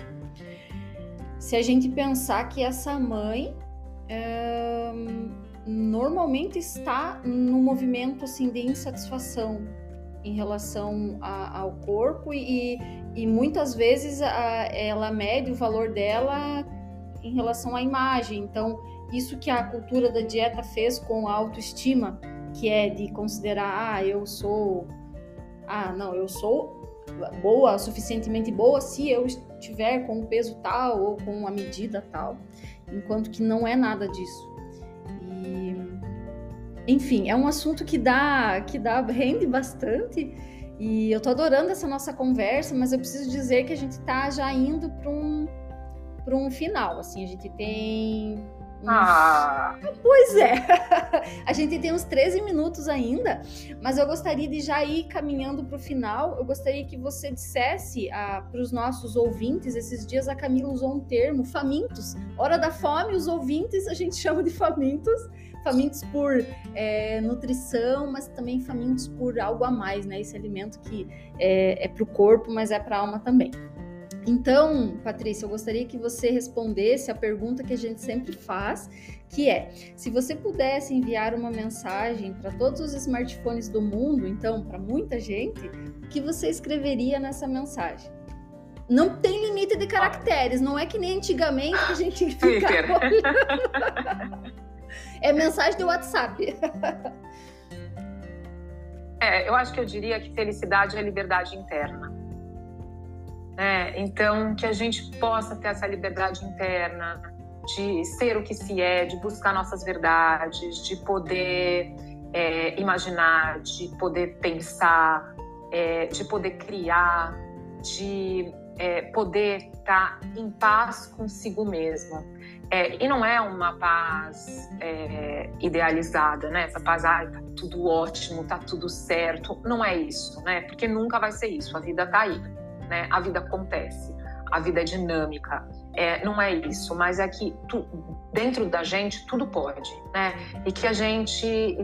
[SPEAKER 1] Se a gente pensar que essa mãe... É, normalmente está num movimento assim, de insatisfação em relação a, ao corpo e, e muitas vezes a, ela mede o valor dela em relação à imagem. Então, isso que a cultura da dieta fez com a autoestima, que é de considerar, ah, eu sou, ah, não, eu sou boa, suficientemente boa se eu estiver com um peso tal ou com uma medida tal, enquanto que não é nada disso. E, enfim, é um assunto que dá, que dá, rende bastante e eu tô adorando essa nossa conversa, mas eu preciso dizer que a gente tá já indo para um, para um final, assim, a gente tem... Uns...
[SPEAKER 2] Ah.
[SPEAKER 1] Pois é, a gente tem uns treze minutos ainda, mas eu gostaria de já ir caminhando para o final. Eu gostaria que você dissesse ah, para os nossos ouvintes, esses dias a Camila usou um termo, famintos, hora da fome, os ouvintes a gente chama de famintos, famintos por é, nutrição, mas também famintos por algo a mais, né? Esse alimento que é, é para o corpo, mas é para a alma também. Então, Patrícia, eu gostaria que você respondesse a pergunta que a gente sempre faz, que é, se você pudesse enviar uma mensagem para todos os smartphones do mundo, então, para muita gente, o que você escreveria nessa mensagem? Não tem limite de caracteres, não é que nem antigamente que a gente fica olhando. É mensagem do WhatsApp.
[SPEAKER 2] É, eu acho que eu diria que felicidade é liberdade interna. É, então, que a gente possa ter essa liberdade interna de ser o que se é, de buscar nossas verdades, de poder é, imaginar, de poder pensar, é, de poder criar, de é, poder estar em paz consigo mesmo. É, e não é uma paz é, idealizada, né? Essa paz, ah, tá tudo ótimo, tá tudo certo. Não é isso, né? Porque nunca vai ser isso. A vida tá aí, né? A vida acontece, a vida é dinâmica. É, não é isso, mas é que tu, dentro da gente tudo pode, né? E que a gente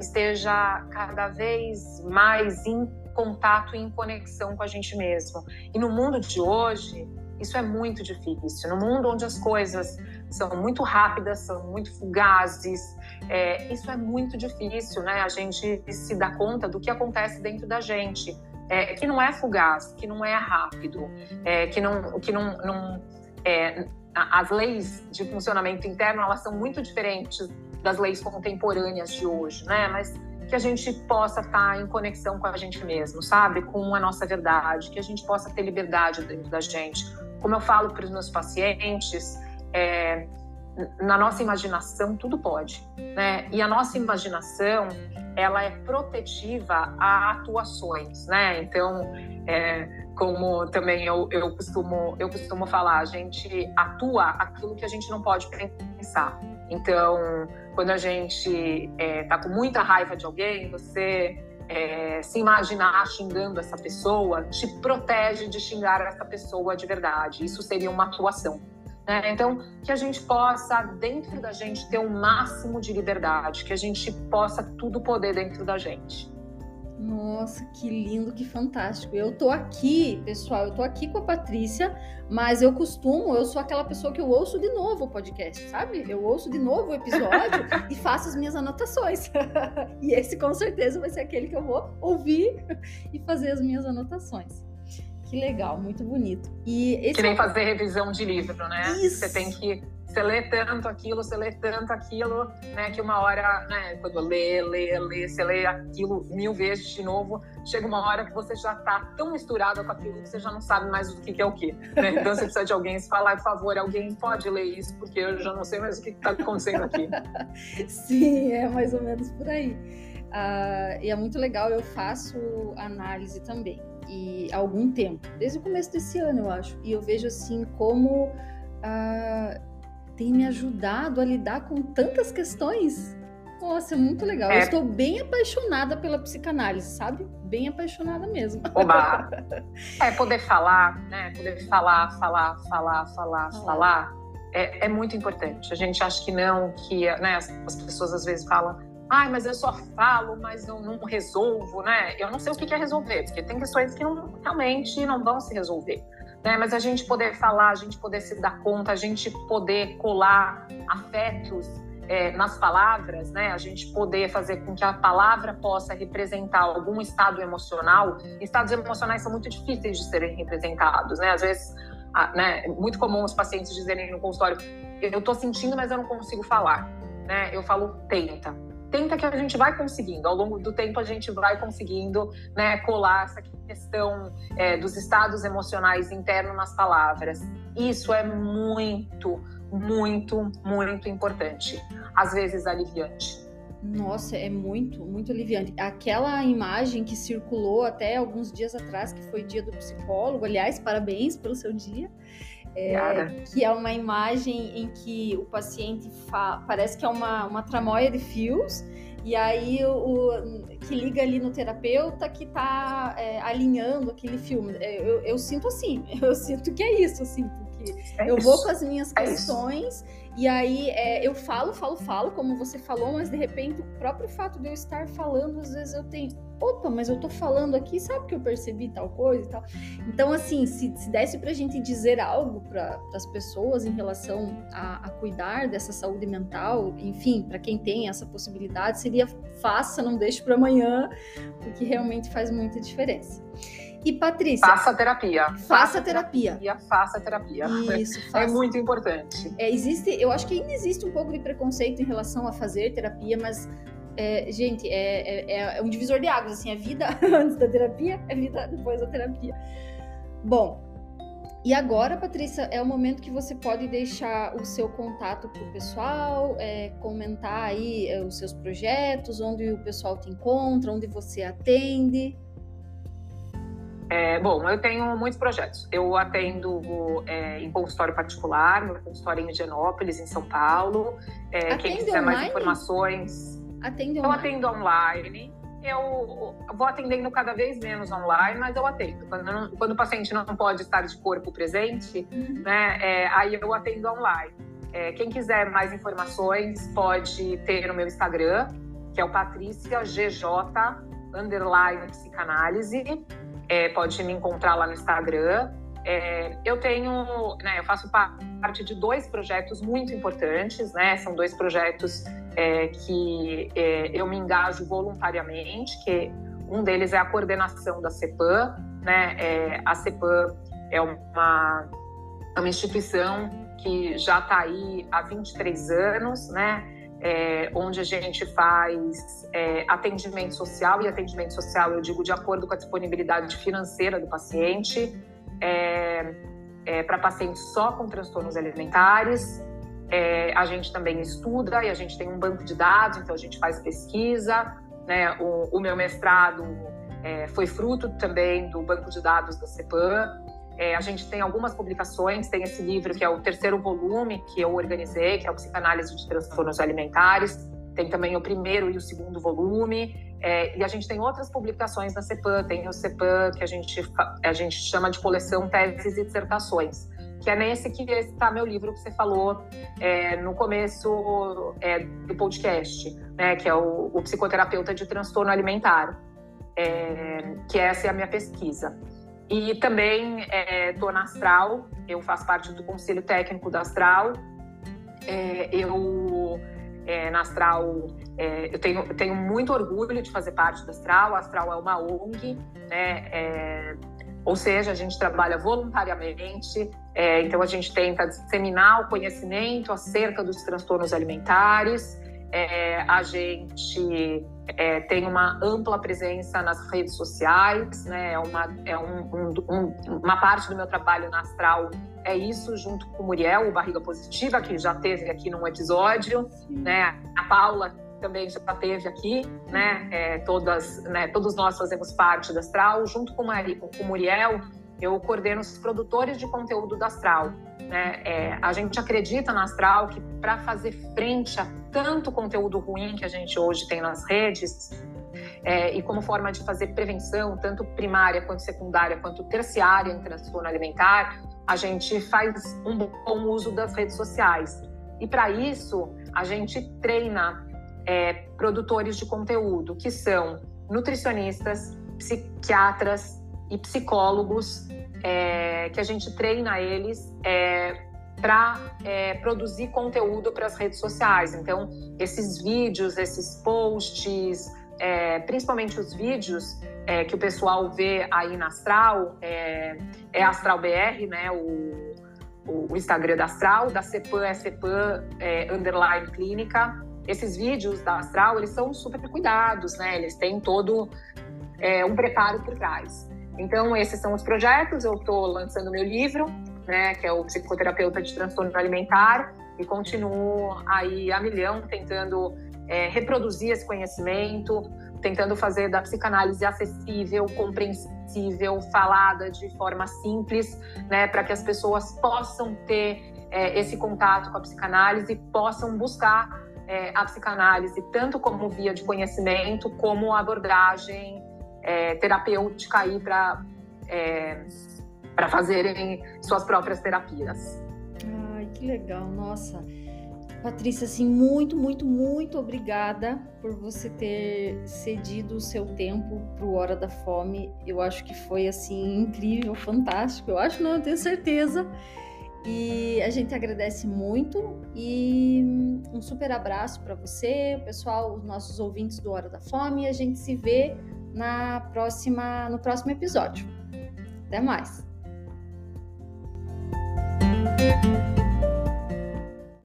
[SPEAKER 2] esteja cada vez mais em contato e em conexão com a gente mesmo. E no mundo de hoje, isso é muito difícil. No mundo onde as coisas são muito rápidas, são muito fugazes, é, isso é muito difícil, né? A gente se dá conta do que acontece dentro da gente, é, que não é fugaz, que não é rápido, é, que não, que não, não é, as leis de funcionamento interno, elas são muito diferentes das leis contemporâneas de hoje, né? Mas que a gente possa estar em conexão com a gente mesmo, sabe? Com a nossa verdade, que a gente possa ter liberdade dentro da gente. Como eu falo para os meus pacientes, é, na nossa imaginação tudo pode, né? E a nossa imaginação, ela é protetiva a atuações, né? Então, é, como também eu, eu, costumo, eu costumo falar, a gente atua aquilo que a gente não pode pensar. Então, quando a gente está é, com muita raiva de alguém, você é, se imaginar xingando essa pessoa te protege de xingar essa pessoa de verdade. Isso seria uma atuação, né? Então, que a gente possa, dentro da gente, ter o máximo de liberdade, que a gente possa tudo poder dentro da gente.
[SPEAKER 1] Nossa, que lindo, que fantástico. Eu tô aqui, pessoal, eu tô aqui com a Patrícia, mas eu costumo, eu sou aquela pessoa que eu ouço de novo o podcast, sabe? Eu ouço de novo o episódio e faço as minhas anotações. E esse com certeza vai ser aquele que eu vou ouvir e fazer as minhas anotações. Que legal, muito bonito. E esse
[SPEAKER 2] que nem
[SPEAKER 1] é...
[SPEAKER 2] fazer revisão de livro, né?
[SPEAKER 1] Isso.
[SPEAKER 2] Você tem que... Você lê tanto aquilo, você lê tanto aquilo, né? Que uma hora, né? Quando lê, lê, lê, você lê aquilo mil vezes de novo, chega uma hora que você já tá tão misturada com aquilo que você já não sabe mais o que, que é o que, né? Então você precisa de alguém se falar, por favor, alguém pode ler isso, porque eu já não sei mais o que tá acontecendo aqui.
[SPEAKER 1] Sim, é mais ou menos por aí. Uh, e é muito legal, eu faço análise também, e há algum tempo, desde o começo desse ano, eu acho, e eu vejo assim como... Uh, tem me ajudado a lidar com tantas questões. Nossa, é muito legal. É. Eu estou bem apaixonada pela psicanálise, sabe? Bem apaixonada mesmo.
[SPEAKER 2] Oba! É, poder falar, né? Poder falar, falar, falar, falar, ah. falar, é, é muito importante. A gente acha que não, que né, as, as pessoas às vezes falam, ai, mas eu só falo, mas eu não resolvo, né? Eu não sei o que é resolver, porque tem questões que não, realmente não vão se resolver. Né, mas a gente poder falar, a gente poder se dar conta, a gente poder colar afetos é, nas palavras, né, a gente poder fazer com que a palavra possa representar algum estado emocional. Estados emocionais são muito difíceis de serem representados, né? Às vezes, a, né, é muito comum os pacientes dizerem no consultório, eu estou sentindo, mas eu não consigo falar, né? Eu falo, tenta. Tenta que a gente vai conseguindo, ao longo do tempo a gente vai conseguindo, né, colar essa questão é, dos estados emocionais internos nas palavras. Isso é muito, muito, muito importante. Às vezes aliviante.
[SPEAKER 1] Nossa, é muito, muito aliviante. Aquela imagem que circulou até alguns dias atrás, que foi dia do psicólogo, aliás, parabéns pelo seu dia. É, que é uma imagem em que o paciente fa... parece que é uma, uma tramóia de fios, e aí o, o que liga ali no terapeuta que está é, alinhando aquele fio. Eu, eu sinto assim, eu sinto que é isso, assim, porque É eu isso. vou com as minhas questões é e aí é, eu falo, falo, falo, como você falou, mas de repente o próprio fato de eu estar falando, às vezes eu tenho, opa, mas eu tô falando aqui, sabe que eu percebi tal coisa e tal. Então, assim, se, se desse pra gente dizer algo para as pessoas em relação a, a cuidar dessa saúde mental, enfim, para quem tem essa possibilidade, seria faça, não deixe para amanhã, porque realmente faz muita diferença. E Patrícia...
[SPEAKER 2] Faça terapia.
[SPEAKER 1] Faça, faça terapia.
[SPEAKER 2] terapia. Faça terapia.
[SPEAKER 1] Isso, faça.
[SPEAKER 2] É muito importante.
[SPEAKER 1] É, existe, eu acho que ainda existe um pouco de preconceito em relação a fazer terapia, mas, é, gente, é, é, é um divisor de águas, assim, a vida antes da terapia, é vida depois da terapia. Bom, e agora, Patrícia, é o momento que você pode deixar o seu contato para o pessoal, é, comentar aí é, os seus projetos, onde o pessoal te encontra, onde você atende...
[SPEAKER 2] É, bom, eu tenho muitos projetos. Eu atendo é, em consultório particular, no consultório em Higienópolis, em São Paulo. É, quem quiser
[SPEAKER 1] online?
[SPEAKER 2] mais informações...
[SPEAKER 1] Atende
[SPEAKER 2] eu
[SPEAKER 1] online?
[SPEAKER 2] atendo online. Eu vou atendendo cada vez menos online, mas eu atendo. Quando, não, quando o paciente não pode estar de corpo presente, uhum. né, é, aí eu atendo online. É, quem quiser mais informações pode ter no meu Instagram, que é o Patrícia G J underline psicanálise. É, pode me encontrar lá no Instagram. É, eu tenho, né, eu faço parte de dois projetos muito importantes, né? São dois projetos é, que é, eu me engajo voluntariamente, que um deles é a coordenação da CEPAM, né? É, a CEPAM é uma, é uma instituição que já está aí há vinte e três anos, né? É, onde a gente faz é, atendimento social, e atendimento social eu digo de acordo com a disponibilidade financeira do paciente, é, é, para pacientes só com transtornos alimentares. É, a gente também estuda e a gente tem um banco de dados, então a gente faz pesquisa, né? O, o meu mestrado é, foi fruto também do banco de dados da CEPAM. É, a gente tem algumas publicações, tem esse livro que é o terceiro volume que eu organizei, que é o Psicanálise de Transtornos Alimentares, tem também o primeiro e o segundo volume, é, e a gente tem outras publicações na CEPAM, tem o CEPAM que a gente, a gente chama de coleção Teses e Dissertações, que é nesse que está meu livro que você falou é, no começo é, do podcast, né, que é o, o Psicoterapeuta de Transtorno Alimentar, é, que essa é a minha pesquisa. E também estou é, na Astral, eu faço parte do Conselho Técnico da Astral. É, eu, é, na Astral, é, eu, tenho, eu tenho muito orgulho de fazer parte da Astral. A Astral é uma O N G, né? É, ou seja, a gente trabalha voluntariamente, é, então a gente tenta disseminar o conhecimento acerca dos transtornos alimentares. É, a gente é, tem uma ampla presença nas redes sociais, né? É, uma, é um, um, um, uma parte do meu trabalho na Astral é isso, junto com o Muriel, o Barriga Positiva, que já teve aqui num episódio, né? A Paula também já teve aqui, né? É, todas, né? Todos nós fazemos parte da Astral. Junto com, Mari, com o Muriel, eu coordeno os produtores de conteúdo da Astral. Né? É, a gente acredita na Astral que para fazer frente a tanto conteúdo ruim que a gente hoje tem nas redes, é, e como forma de fazer prevenção, tanto primária quanto secundária, quanto terciária em transtorno alimentar, a gente faz um bom uso das redes sociais. E para isso, a gente treina é, produtores de conteúdo, que são nutricionistas, psiquiatras e psicólogos, É, que a gente treina eles é, para é, produzir conteúdo para as redes sociais. Então, esses vídeos, esses posts, é, principalmente os vídeos é, que o pessoal vê aí na Astral, é, é Astral B R, né, o, o Instagram da Astral, da CEPAM é CEPAM é, underline clínica. Esses vídeos da Astral, eles são super cuidados, né, eles têm todo é, um preparo por trás. Então, esses são os projetos. Eu estou lançando meu livro, né, que é o Psicoterapeuta de Transtorno Alimentar, e continuo aí a milhão tentando é, reproduzir esse conhecimento, tentando fazer da psicanálise acessível, compreensível, falada de forma simples, né, para que as pessoas possam ter é, esse contato com a psicanálise e possam buscar é, a psicanálise tanto como via de conhecimento, como abordagem É, terapêutica aí para é, para fazerem suas próprias terapias.
[SPEAKER 1] Ai, que legal, nossa. Patrícia, assim, muito, muito, muito obrigada por você ter cedido o seu tempo para o Hora da Fome. Eu acho que foi, assim, incrível, fantástico. Eu acho, não, eu tenho certeza. E a gente agradece muito e um super abraço para você, pessoal, os nossos ouvintes do Hora da Fome. E a gente se vê na próxima, no próximo episódio. Até mais!